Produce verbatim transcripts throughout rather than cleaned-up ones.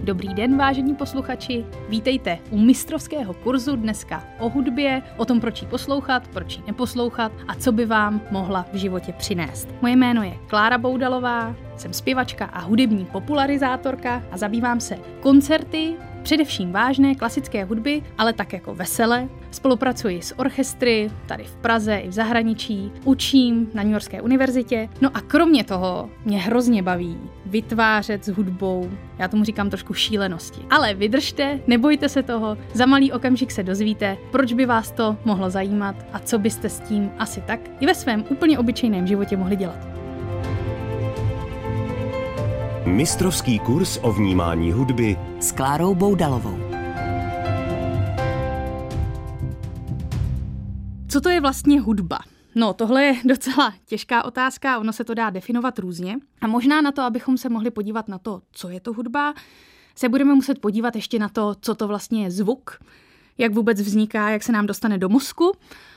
Dobrý den, vážení posluchači. Vítejte u mistrovského kurzu dneska o hudbě, o tom, proč ji poslouchat, proč ji neposlouchat a co by vám mohla v životě přinést. Moje jméno je Klára Boudalová, jsem zpěvačka a hudební popularizátorka a zabývám se koncerty, především vážné klasické hudby, ale tak jako veselé. Spolupracuji s orchestry tady v Praze i v zahraničí, učím na Newyorské univerzitě. No a kromě toho mě hrozně baví vytvářet s hudbou, já tomu říkám trošku šílenosti. Ale vydržte, nebojte se toho, za malý okamžik se dozvíte, proč by vás to mohlo zajímat a co byste s tím asi tak i ve svém úplně obyčejném životě mohli dělat. Mistrovský kurz o vnímání hudby s Klárou Boudalovou. Co to je vlastně hudba? No, tohle je docela těžká otázka, ono se to dá definovat různě. A možná na to, abychom se mohli podívat na to, co je to hudba, se budeme muset podívat ještě na to, co to vlastně je zvuk, jak vůbec vzniká, jak se nám dostane do mozku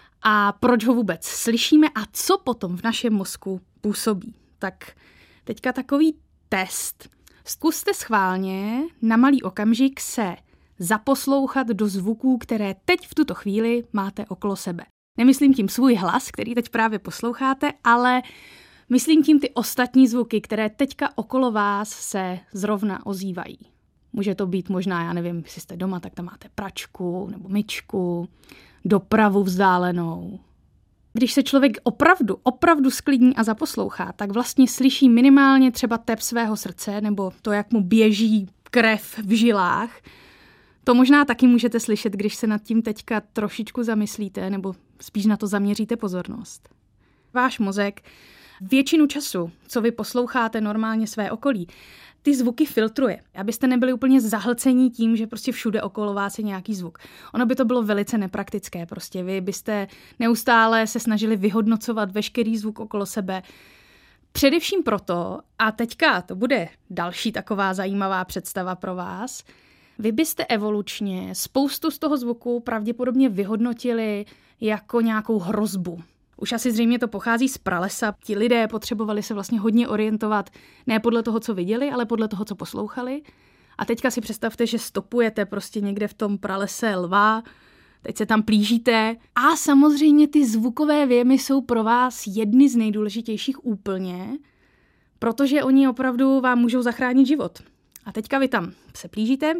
a proč ho vůbec slyšíme a co potom v našem mozku působí. Tak teďka takový test. Zkuste schválně na malý okamžik se zaposlouchat do zvuků, které teď v tuto chvíli máte okolo sebe. Nemyslím tím svůj hlas, který teď právě posloucháte, ale myslím tím ty ostatní zvuky, které teďka okolo vás se zrovna ozývají. Může to být možná, já nevím, jestli jste doma, tak tam máte pračku nebo myčku, dopravu vzdálenou. Když se člověk opravdu, opravdu sklidní a zaposlouchá, tak vlastně slyší minimálně třeba tep svého srdce nebo to, jak mu běží krev v žilách. To možná taky můžete slyšet, když se nad tím teďka trošičku zamyslíte nebo spíš na to zaměříte pozornost. Váš mozek většinu času, co vy posloucháte normálně své okolí, ty zvuky filtruje, abyste nebyli úplně zahlcení tím, že prostě všude okolo vás je nějaký zvuk. Ono by to bylo velice nepraktické, prostě vy byste neustále se snažili vyhodnocovat veškerý zvuk okolo sebe. Především proto, a teďka to bude další taková zajímavá představa pro vás, vy byste evolučně spoustu z toho zvuku pravděpodobně vyhodnotili jako nějakou hrozbu. Už asi zřejmě to pochází z pralesa. Ti lidé potřebovali se vlastně hodně orientovat ne podle toho, co viděli, ale podle toho, co poslouchali. A teďka si představte, že stopujete prostě někde v tom pralese lva, teď se tam plížíte a samozřejmě ty zvukové věmy jsou pro vás jedny z nejdůležitějších úplně, protože oni opravdu vám můžou zachránit život. A teďka vy tam se plížíte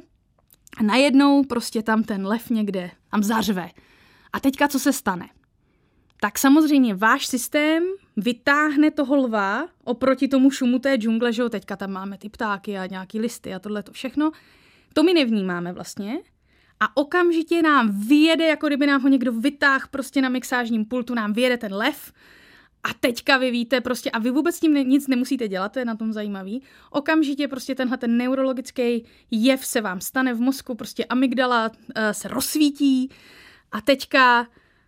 a najednou prostě tam ten lev někde tam zařve. A teďka co se stane? Tak samozřejmě váš systém vytáhne toho lva oproti tomu šumu té džungle, že jo, teďka tam máme ty ptáky a nějaký listy a tohle to všechno. To my nevnímáme vlastně a okamžitě nám vyjede, jako kdyby nám ho někdo vytáhl prostě na mixážním pultu, nám vyjede ten lev a teďka vy víte prostě, a vy vůbec s tím ne, nic nemusíte dělat, to je na tom zajímavý, okamžitě prostě tenhle ten neurologický jev se vám stane v mozku, prostě amygdala uh, se rozsvítí a teďka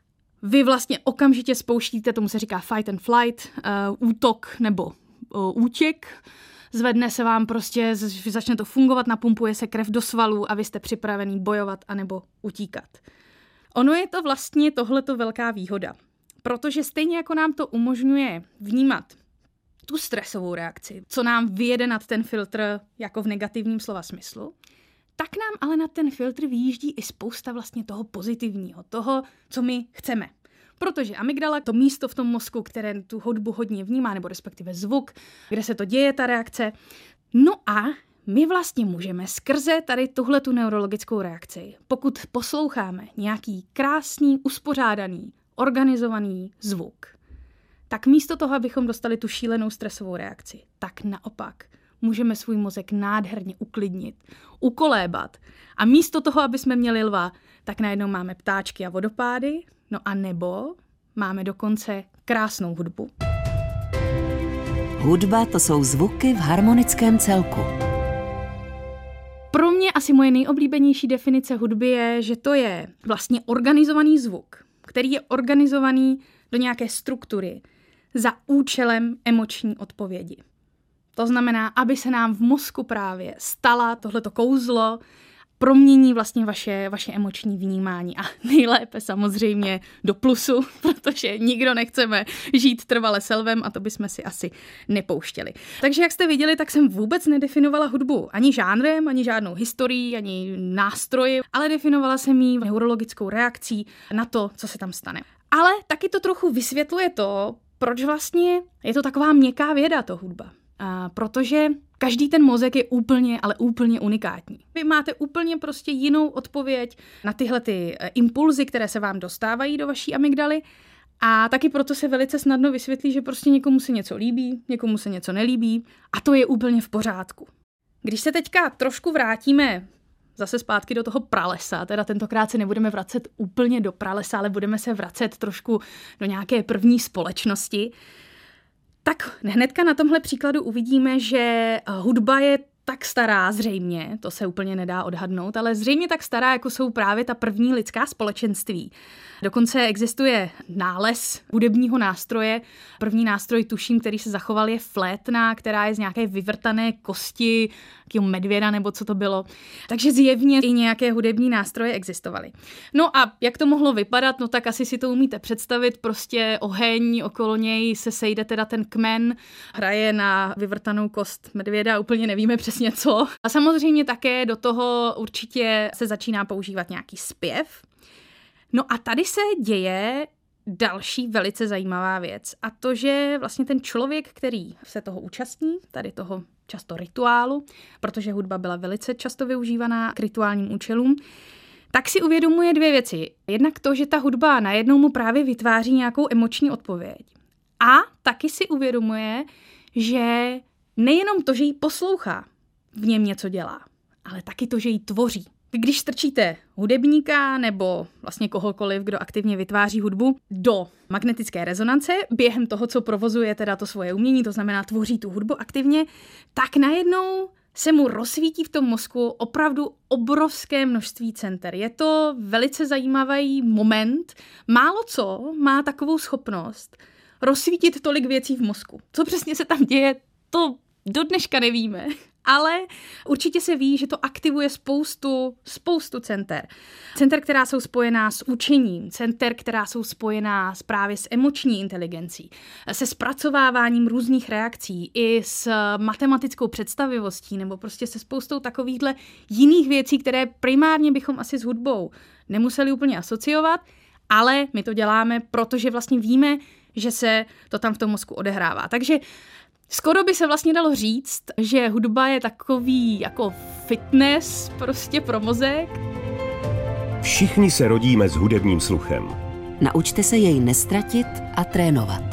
vy vlastně okamžitě spouštíte, tomu se říká fight and flight, uh, útok nebo uh, útěk. Zvedne se vám prostě, začne to fungovat, napumpuje se krev do svalů a vy jste připravený bojovat anebo utíkat. Ono je to vlastně tohleto velká výhoda, protože stejně jako nám to umožňuje vnímat tu stresovou reakci, co nám vyjede nad ten filtr jako v negativním slova smyslu, tak nám ale na ten filtr vyjíždí i spousta vlastně toho pozitivního, toho, co my chceme. Protože amygdala, to místo v tom mozku, které tu hudbu hodně vnímá, nebo respektive zvuk, kde se to děje, ta reakce. No a my vlastně můžeme skrze tady tuhletu neurologickou reakci, pokud posloucháme nějaký krásný, uspořádaný, organizovaný zvuk, tak místo toho, abychom dostali tu šílenou stresovou reakci, tak naopak můžeme svůj mozek nádherně uklidnit, ukolébat. A místo toho, aby jsme měli lva, tak najednou máme ptáčky a vodopády, no a nebo máme dokonce krásnou hudbu. Hudba to jsou zvuky v harmonickém celku. Pro mě asi moje nejoblíbenější definice hudby je, že to je vlastně organizovaný zvuk, který je organizovaný do nějaké struktury za účelem emoční odpovědi. To znamená, aby se nám v mozku právě stala tohleto kouzlo promění vlastně vaše, vaše emoční vnímání a nejlépe samozřejmě do plusu, protože nikdo nechceme žít trvale se lvem a to bychom si asi nepouštěli. Takže jak jste viděli, tak jsem vůbec nedefinovala hudbu ani žánrem, ani žádnou historií, ani nástroji, ale definovala jsem ji neurologickou reakcí na to, co se tam stane. Ale taky to trochu vysvětluje to, proč vlastně je to taková měkká věda, to hudba. A protože každý ten mozek je úplně, ale úplně unikátní. Vy máte úplně prostě jinou odpověď na tyhle ty impulzy, které se vám dostávají do vaší amygdaly a taky proto se velice snadno vysvětlí, že prostě někomu se něco líbí, někomu se něco nelíbí a to je úplně v pořádku. Když se teďka trošku vrátíme zase zpátky do toho pralesa, teda tentokrát se nebudeme vracet úplně do pralesa, ale budeme se vracet trošku do nějaké první společnosti, tak hnedka na tomhle příkladu uvidíme, že hudba je tak stará zřejmě, to se úplně nedá odhadnout, ale zřejmě tak stará, jako jsou právě ta první lidská společenství. Dokonce existuje nález hudebního nástroje. První nástroj, tuším, který se zachoval, je flétna, která je z nějaké vyvrtané kosti, jakého medvěda nebo co to bylo. Takže zjevně i nějaké hudební nástroje existovaly. No a jak to mohlo vypadat, no tak asi si to umíte představit, prostě oheň, okolo něj se sejde teda ten kmen, hraje na vyvrtanou kost medvěda, úplně nevíme přesně co. A samozřejmě také do toho určitě se začíná používat nějaký zpěv. No a tady se děje další velice zajímavá věc a to, že vlastně ten člověk, který se toho účastní, tady toho často rituálu, protože hudba byla velice často využívaná k rituálním účelům, tak si uvědomuje dvě věci. Jednak to, že ta hudba najednou mu právě vytváří nějakou emoční odpověď. A taky si uvědomuje, že nejenom to, že ji poslouchá, v něm něco dělá, ale taky to, že ji tvoří. Když strčíte hudebníka nebo vlastně kohokoliv, kdo aktivně vytváří hudbu, do magnetické rezonance, během toho, co provozuje teda to svoje umění, to znamená tvoří tu hudbu aktivně, tak najednou se mu rozsvítí v tom mozku opravdu obrovské množství center. Je to velice zajímavý moment. Málo co má takovou schopnost rozsvítit tolik věcí v mozku. Co přesně se tam děje, to do dneška nevíme. Ale určitě se ví, že to aktivuje spoustu, spoustu center. Center, která jsou spojená s učením, center, která jsou spojená s právě s emoční inteligencí, se zpracováváním různých reakcí, i s matematickou představivostí, nebo prostě se spoustou takovýchhle jiných věcí, které primárně bychom asi s hudbou nemuseli úplně asociovat, ale my to děláme, protože vlastně víme, že se to tam v tom mozku odehrává. Takže skoro by se vlastně dalo říct, že hudba je takový jako fitness prostě pro mozek. Všichni se rodíme s hudebním sluchem. Naučte se jej nestratit a trénovat.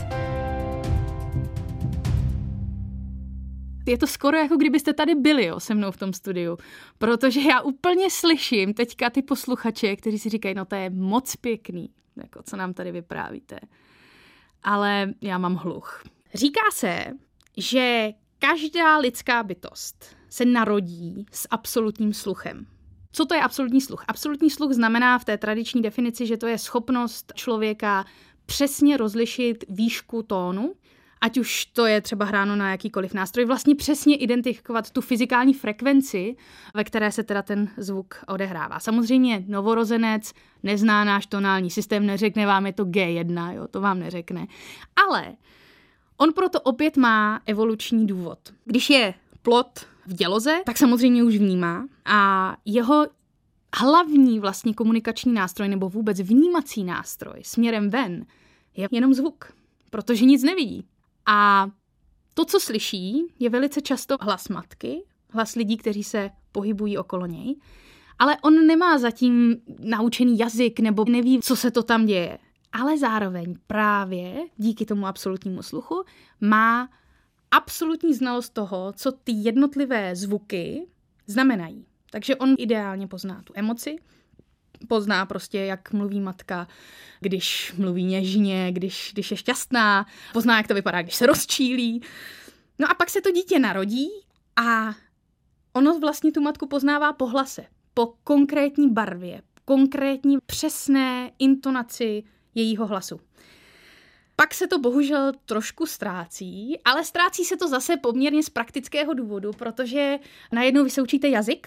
Je to skoro jako kdybyste tady byli, jo, se mnou v tom studiu, protože já úplně slyším teďka ty posluchače, kteří si říkají, no to je moc pěkný, jako co nám tady vyprávíte. Ale já mám hluch. Říká se, že každá lidská bytost se narodí s absolutním sluchem. Co to je absolutní sluch? Absolutní sluch znamená v té tradiční definici, že to je schopnost člověka přesně rozlišit výšku tónu, ať už to je třeba hráno na jakýkoliv nástroj, vlastně přesně identifikovat tu fyzikální frekvenci, ve které se teda ten zvuk odehrává. Samozřejmě novorozenec nezná náš tonální systém, neřekne vám, je to G jedna, jo, to vám neřekne. Ale on proto opět má evoluční důvod. Když je plod v děloze, tak samozřejmě už vnímá a jeho hlavní vlastně komunikační nástroj nebo vůbec vnímací nástroj směrem ven je jenom zvuk, protože nic nevidí. A to, co slyší, je velice často hlas matky, hlas lidí, kteří se pohybují okolo něj, ale on nemá zatím naučený jazyk nebo neví, co se to tam děje. Ale zároveň právě díky tomu absolutnímu sluchu má absolutní znalost toho, co ty jednotlivé zvuky znamenají. Takže on ideálně pozná tu emoci, pozná prostě, jak mluví matka, když mluví něžně, když, když je šťastná, pozná, jak to vypadá, když se rozčílí. No a pak se to dítě narodí a ono vlastně tu matku poznává po hlase, po konkrétní barvě, konkrétní přesné intonaci jejího hlasu. Pak se to bohužel trošku ztrácí, ale ztrácí se to zase poměrně z praktického důvodu, protože najednou vy se učíte jazyk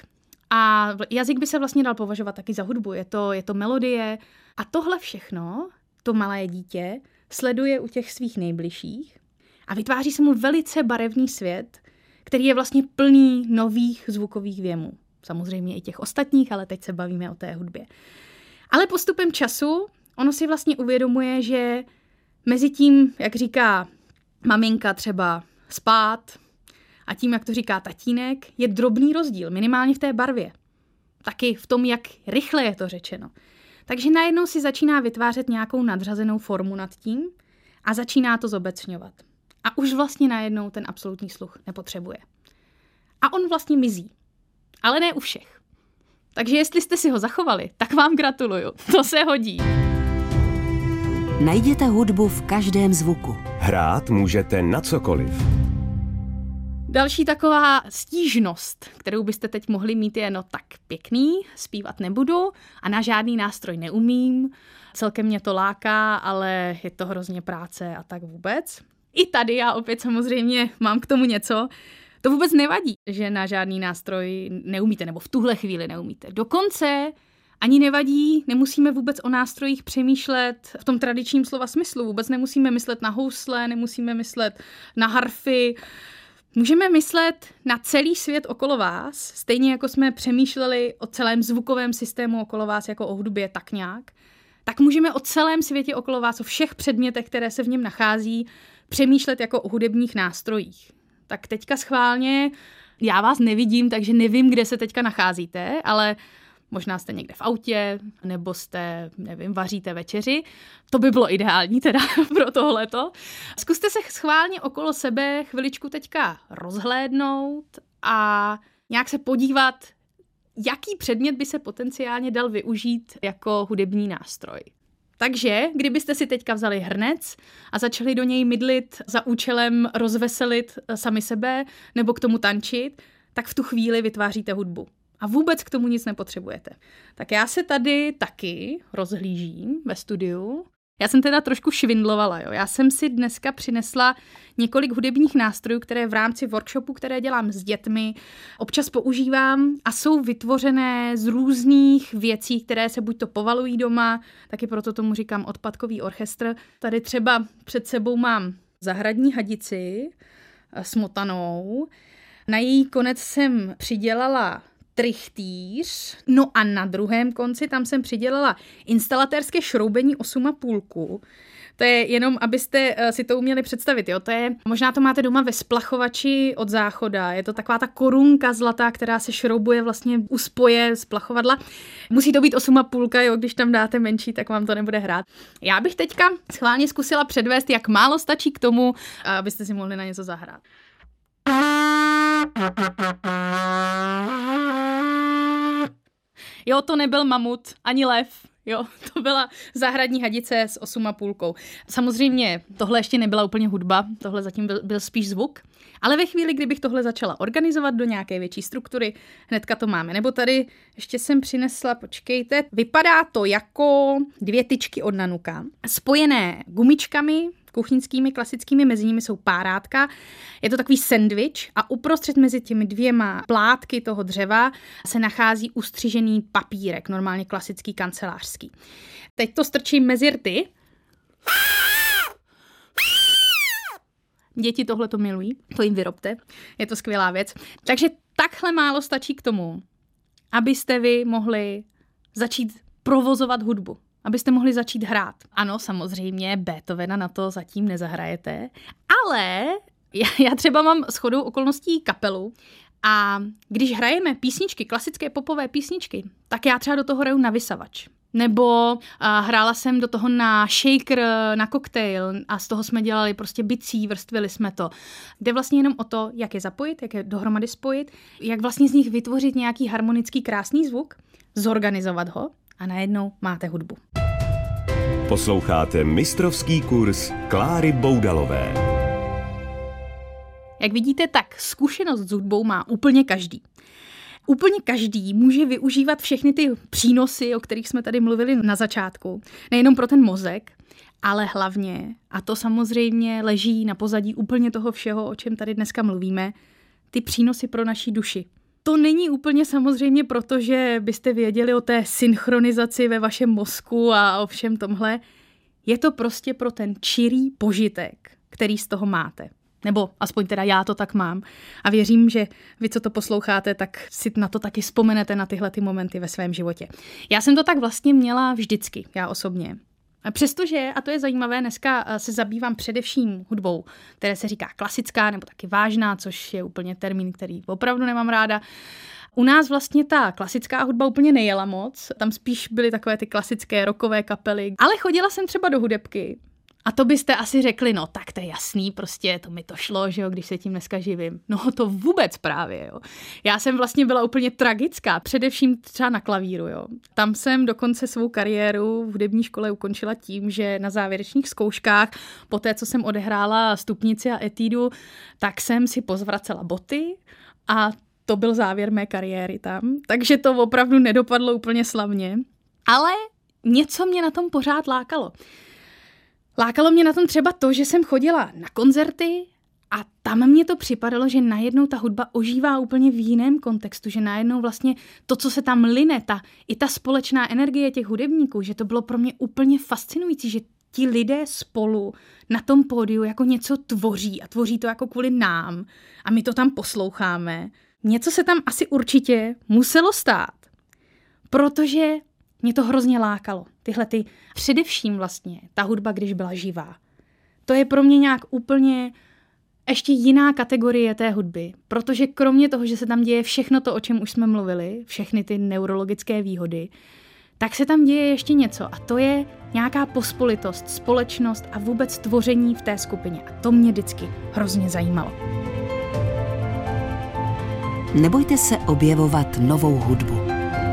A jazyk by se vlastně dal považovat taky za hudbu. Je to, je to melodie. A tohle všechno, to malé dítě, sleduje u těch svých nejbližších a vytváří se mu velice barevný svět, který je vlastně plný nových zvukových věmů. Samozřejmě i těch ostatních, ale teď se bavíme o té hudbě. Ale postupem času ono si vlastně uvědomuje, že mezi tím, jak říká maminka třeba spát a tím, jak to říká tatínek, je drobný rozdíl, minimálně v té barvě. Taky v tom, jak rychle je to řečeno. Takže najednou si začíná vytvářet nějakou nadřazenou formu nad tím a začíná to zobecňovat. A už vlastně najednou ten absolutní sluch nepotřebuje. A on vlastně mizí. Ale ne u všech. Takže jestli jste si ho zachovali, tak vám gratuluju. To se hodí. Najděte hudbu v každém zvuku. Hrát můžete na cokoliv. Další taková stížnost, kterou byste teď mohli mít, je no tak pěkný, zpívat nebudu a na žádný nástroj neumím, celkem mě to láká, ale je to hrozně práce a tak vůbec. I tady já opět samozřejmě mám k tomu něco. To vůbec nevadí, že na žádný nástroj neumíte, nebo v tuhle chvíli neumíte. Dokonce ani nevadí, nemusíme vůbec o nástrojích přemýšlet v tom tradičním slova smyslu. Vůbec nemusíme myslet na housle, nemusíme myslet na harfy. Můžeme myslet na celý svět okolo vás, stejně jako jsme přemýšleli o celém zvukovém systému okolo vás jako o hudbě tak nějak. Tak můžeme o celém světě okolo vás, o všech předmětech, které se v něm nachází, přemýšlet jako o hudebních nástrojích. Tak teďka schválně, já vás nevidím, takže nevím, kde se teďka nacházíte, ale možná jste někde v autě, nebo jste, nevím, vaříte večeři. To by bylo ideální teda pro tohleto. Zkuste se schválně okolo sebe chviličku teďka rozhlédnout a nějak se podívat, jaký předmět by se potenciálně dal využít jako hudební nástroj. Takže, kdybyste si teďka vzali hrnec a začali do něj mydlit za účelem rozveselit sami sebe nebo k tomu tančit, tak v tu chvíli vytváříte hudbu. A vůbec k tomu nic nepotřebujete. Tak já se tady taky rozhlížím ve studiu. Já jsem teda trošku švindlovala, jo. Já jsem si dneska přinesla několik hudebních nástrojů, které v rámci workshopu, které dělám s dětmi, občas používám a jsou vytvořené z různých věcí, které se buď to povalují doma, taky proto tomu říkám odpadkový orchestr. Tady třeba před sebou mám zahradní hadici smotanou. Na její konec jsem přidělala trichtýř, no a na druhém konci tam jsem přidělala instalatérské šroubení osm a půl. To je jenom, abyste si to uměli představit. Jo? To je, možná to máte doma ve splachovači od Záchoda. Je to taková ta korunka zlatá, která se šroubuje vlastně u spoje splachovadla. Musí to být osm a půl, jo? Když tam dáte menší, tak vám to nebude hrát. Já bych teďka schválně zkusila předvést, jak málo stačí k tomu, abyste si mohli na něco zahrát. Jo, to nebyl mamut, ani lev, jo, to byla zahradní hadice s osm a půlkou. Samozřejmě tohle ještě nebyla úplně hudba, tohle zatím byl, byl spíš zvuk, ale ve chvíli, kdybych tohle začala organizovat do nějaké větší struktury, hnedka to máme. Nebo tady ještě jsem přinesla, počkejte, vypadá to jako dvě tyčky od Nanuka, spojené gumičkami, kuchyňskými, klasickými, mezi nimi jsou párátka. Je to takový sendvič a uprostřed mezi těmi dvěma plátky toho dřeva se nachází ustřižený papírek, normálně klasický kancelářský. Teď to strčím mezi rty. Děti tohle to milují, to jim vyrobte, je to skvělá věc. Takže takhle málo stačí k tomu, abyste vy mohli začít provozovat hudbu. Abyste mohli začít hrát. Ano, samozřejmě, Beethovena na to zatím nezahrajete, ale já, já třeba mám shodou okolností kapelu a když hrajeme písničky, klasické popové písničky, tak já třeba do toho hraju na vysavač. Nebo uh, hrála jsem do toho na shaker, na koktejl a z toho jsme dělali prostě bicí, vrstvili jsme to. Jde vlastně jenom o to, jak je zapojit, jak je dohromady spojit, jak vlastně z nich vytvořit nějaký harmonický krásný zvuk, zorganizovat ho a najednou máte hudbu. Posloucháte mistrovský kurz Kláry Boudalové. Jak vidíte, tak zkušenost s hudbou má úplně každý. Úplně každý může využívat všechny ty přínosy, o kterých jsme tady mluvili na začátku. Nejenom pro ten mozek, ale hlavně, a to samozřejmě leží na pozadí úplně toho všeho, o čem tady dneska mluvíme, ty přínosy pro naši duši, to není úplně samozřejmě proto, že byste věděli o té synchronizaci ve vašem mozku a o všem tomhle. Je to prostě pro ten čirý požitek, který z toho máte. Nebo aspoň teda já to tak mám. A věřím, že vy, co to posloucháte, tak si na to taky vzpomenete, na tyhle ty momenty ve svém životě. Já jsem to tak vlastně měla vždycky, já osobně. A přestože, a to je zajímavé, dneska se zabývám především hudbou, které se říká klasická nebo taky vážná, což je úplně termín, který opravdu nemám ráda. U nás vlastně ta klasická hudba úplně nejela moc, tam spíš byly takové ty klasické rockové kapely, ale chodila jsem třeba do hudebky. A to byste asi řekli, no tak to je jasný, prostě to mi to šlo, že jo, když se tím dneska živím. No to vůbec právě, jo. Já jsem vlastně byla úplně tragická, především třeba na klavíru, jo. Tam jsem dokonce svou kariéru v hudební škole ukončila tím, že na závěrečných zkouškách, po té, co jsem odehrála stupnici a etídu, tak jsem si pozvracela boty a to byl závěr mé kariéry tam. Takže to opravdu nedopadlo úplně slavně. Ale něco mě na tom pořád lákalo. Lákalo mě na tom třeba to, že jsem chodila na koncerty a tam mě to připadalo, že najednou ta hudba ožívá úplně v jiném kontextu, že najednou vlastně to, co se tam line, ta, i ta společná energie těch hudebníků, že to bylo pro mě úplně fascinující, že ti lidé spolu na tom pódiu jako něco tvoří a tvoří to jako kvůli nám a my to tam posloucháme. Něco se tam asi určitě muselo stát, protože mě to hrozně lákalo. Tyhle ty, především vlastně, ta hudba, když byla živá. To je pro mě nějak úplně ještě jiná kategorie té hudby, protože kromě toho, že se tam děje všechno to, o čem už jsme mluvili, všechny ty neurologické výhody, tak se tam děje ještě něco a to je nějaká pospolitost, společnost a vůbec tvoření v té skupině. A to mě vždycky hrozně zajímalo. Nebojte se objevovat novou hudbu.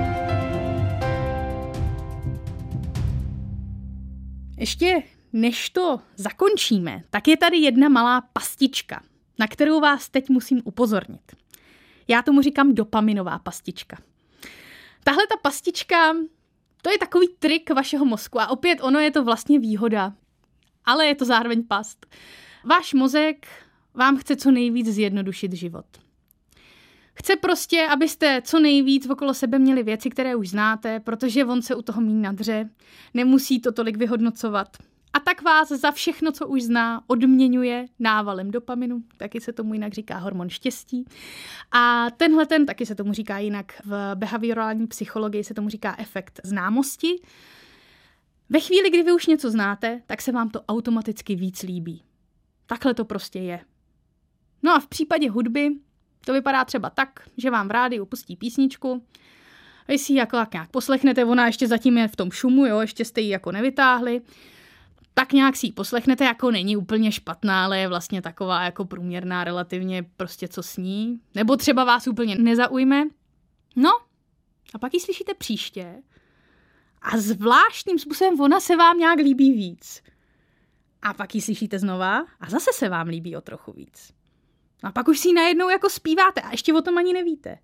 Ještě než to zakončíme, tak je tady jedna malá pastička, na kterou vás teď musím upozornit. Já tomu říkám dopaminová pastička. Tahle ta pastička, to je takový trik vašeho mozku a opět ono je to vlastně výhoda, ale je to zároveň past. Váš mozek vám chce co nejvíc zjednodušit život. Chce prostě, abyste co nejvíc okolo sebe měli věci, které už znáte, protože on se u toho míň nadře, nemusí to tolik vyhodnocovat. A tak vás za všechno, co už zná, odměňuje návalem dopaminu, taky se tomu jinak říká hormon štěstí. A tenhle ten, taky se tomu říká jinak v behaviorální psychologii, se tomu říká efekt známosti. Ve chvíli, kdy vy už něco znáte, tak se vám to automaticky víc líbí. Takhle to prostě je. No a v případě hudby to vypadá třeba tak, že vám v rádiu pustí písničku, vy si ji jako nějak poslechnete, ona ještě zatím je v tom šumu, jo, ještě jste ji jako nevytáhli, tak nějak si ji poslechnete, jako není úplně špatná, ale je vlastně taková jako průměrná relativně prostě co sní, nebo třeba vás úplně nezaujme. No, a pak ji slyšíte příště a zvláštním způsobem ona se vám nějak líbí víc. A pak ji slyšíte znova a zase se vám líbí o trochu víc. A pak už si ji najednou jako zpíváte a ještě o tom ani nevíte.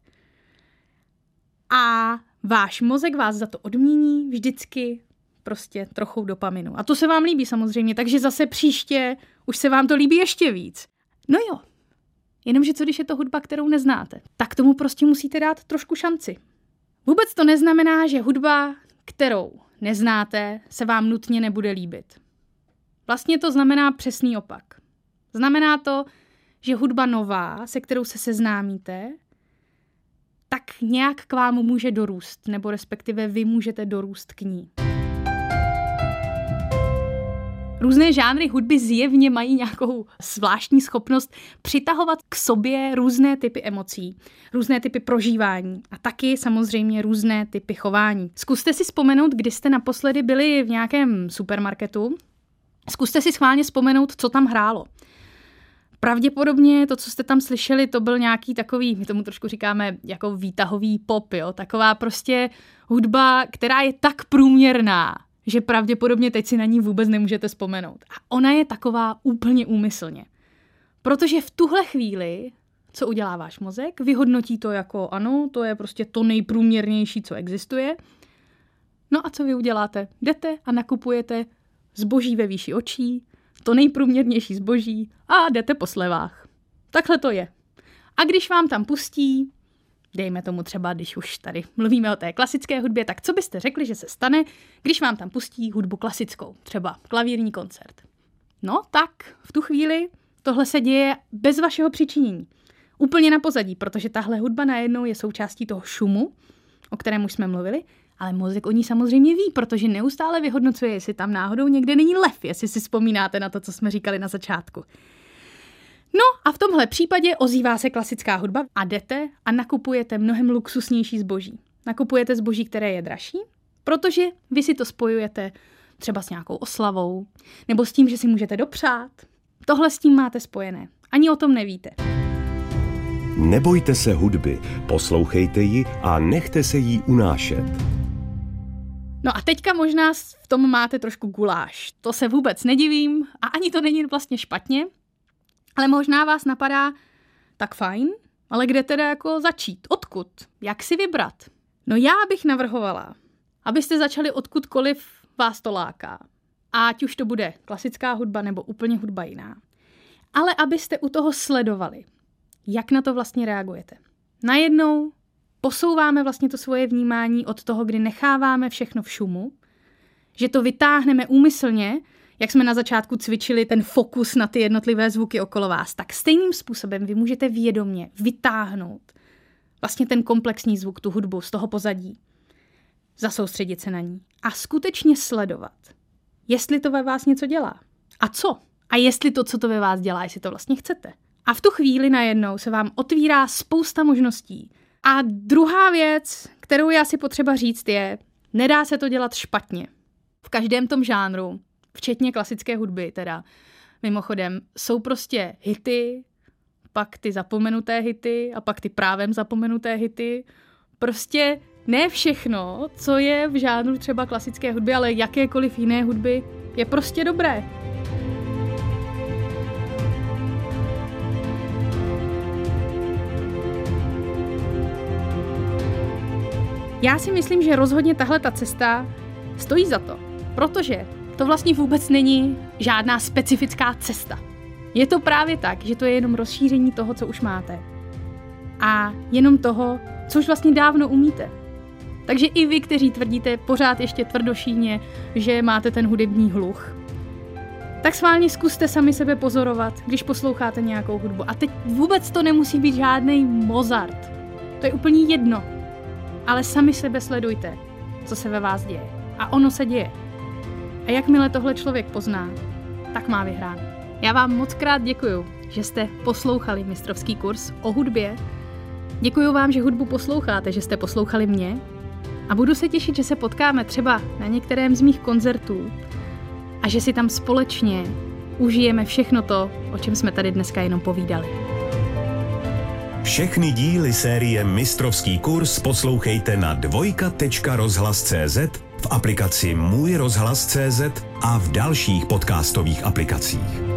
A váš mozek vás za to odmění vždycky prostě trochu dopaminu. A to se vám líbí samozřejmě, takže zase příště už se vám to líbí ještě víc. No jo, jenomže co když je to hudba, kterou neznáte? Tak tomu prostě musíte dát trošku šanci. Vůbec to neznamená, že hudba, kterou neznáte, se vám nutně nebude líbit. Vlastně to znamená přesný opak. Znamená to, že hudba nová, se kterou se seznámíte, tak nějak k vám může dorůst, nebo respektive vy můžete dorůst k ní. Různé žánry hudby zjevně mají nějakou zvláštní schopnost přitahovat k sobě různé typy emocí, různé typy prožívání a taky samozřejmě různé typy chování. Zkuste si vzpomenout, kdy jste naposledy byli v nějakém supermarketu. Zkuste si schválně vzpomenout, co tam hrálo. Pravděpodobně to, co jste tam slyšeli, to byl nějaký takový, my tomu trošku říkáme jako výtahový pop, jo? Taková prostě hudba, která je tak průměrná, že pravděpodobně teď si na ní vůbec nemůžete vzpomenout. A ona je taková úplně úmyslně. Protože v tuhle chvíli, co udělá váš mozek, vyhodnotí to jako ano, to je prostě to nejprůměrnější, co existuje. No a co vy uděláte? Jdete a nakupujete zboží ve výši očí, to nejprůměrnější zboží a jdete po slevách. Takhle to je. A když vám tam pustí dejme tomu třeba, když už tady mluvíme o té klasické hudbě, tak co byste řekli, že se stane, když vám tam pustí hudbu klasickou, třeba klavírní koncert? No tak v tu chvíli tohle se děje bez vašeho přičinění. Úplně na pozadí, protože tahle hudba najednou je součástí toho šumu, o kterém už jsme mluvili, ale mozek o ní samozřejmě ví, protože neustále vyhodnocuje, jestli tam náhodou někde není lev, jestli si vzpomínáte na to, co jsme říkali na začátku. No a v tomhle případě ozývá se klasická hudba a jdete a nakupujete mnohem luxusnější zboží. Nakupujete zboží, které je dražší, protože vy si to spojujete třeba s nějakou oslavou, nebo s tím, že si můžete dopřát. Tohle s tím máte spojené. Ani o tom nevíte. Nebojte se hudby, poslouchejte ji a nechte se jí unášet. No a teďka možná v tom máte trošku guláš. To se vůbec nedivím a ani to není vlastně špatně, ale možná vás napadá, tak fajn, ale kde teda jako začít? Odkud? Jak si vybrat? No já bych navrhovala, abyste začali odkudkoliv vás to láká. Ať už to bude klasická hudba nebo úplně hudba jiná. Ale abyste u toho sledovali, jak na to vlastně reagujete. Najednou posouváme vlastně to svoje vnímání od toho, kdy necháváme všechno v šumu, že to vytáhneme úmyslně, jak jsme na začátku cvičili ten fokus na ty jednotlivé zvuky okolo vás, tak stejným způsobem vy můžete vědomě vytáhnout vlastně ten komplexní zvuk, tu hudbu z toho pozadí, zasoustředit se na ní a skutečně sledovat, jestli to ve vás něco dělá. A co? A jestli to, co to ve vás dělá, jestli to vlastně chcete. A v tu chvíli najednou se vám otvírá spousta možností. A druhá věc, kterou je asi potřeba říct, je, nedá se to dělat špatně. V každém tom žánru, včetně klasické hudby teda, mimochodem, jsou prostě hity, pak ty zapomenuté hity a pak ty právem zapomenuté hity. Prostě ne všechno, co je v žánru třeba klasické hudby, ale jakékoliv jiné hudby, je prostě dobré. Já si myslím, že rozhodně tahle ta cesta stojí za to, protože to vlastně vůbec není žádná specifická cesta. Je to právě tak, že to je jenom rozšíření toho, co už máte. A jenom toho, co už vlastně dávno umíte. Takže i vy, kteří tvrdíte pořád ještě tvrdošíně, že máte ten hudební hluch, tak schválně zkuste sami sebe pozorovat, když posloucháte nějakou hudbu. A teď vůbec to nemusí být žádný Mozart. To je úplně jedno. Ale sami sebe sledujte, co se ve vás děje. A ono se děje. A jakmile tohle člověk pozná, tak má vyhráno. Já vám moc krát děkuju, že jste poslouchali mistrovský kurz o hudbě. Děkuju vám, že hudbu posloucháte, že jste poslouchali mě. A budu se těšit, že se potkáme třeba na některém z mých koncertů a že si tam společně užijeme všechno to, o čem jsme tady dneska jenom povídali. Všechny díly série Mistrovský kurz poslouchejte na dvojka tečka rozhlas tečka cé zet, v aplikaci Můj rozhlas tečka cé zet a v dalších podcastových aplikacích.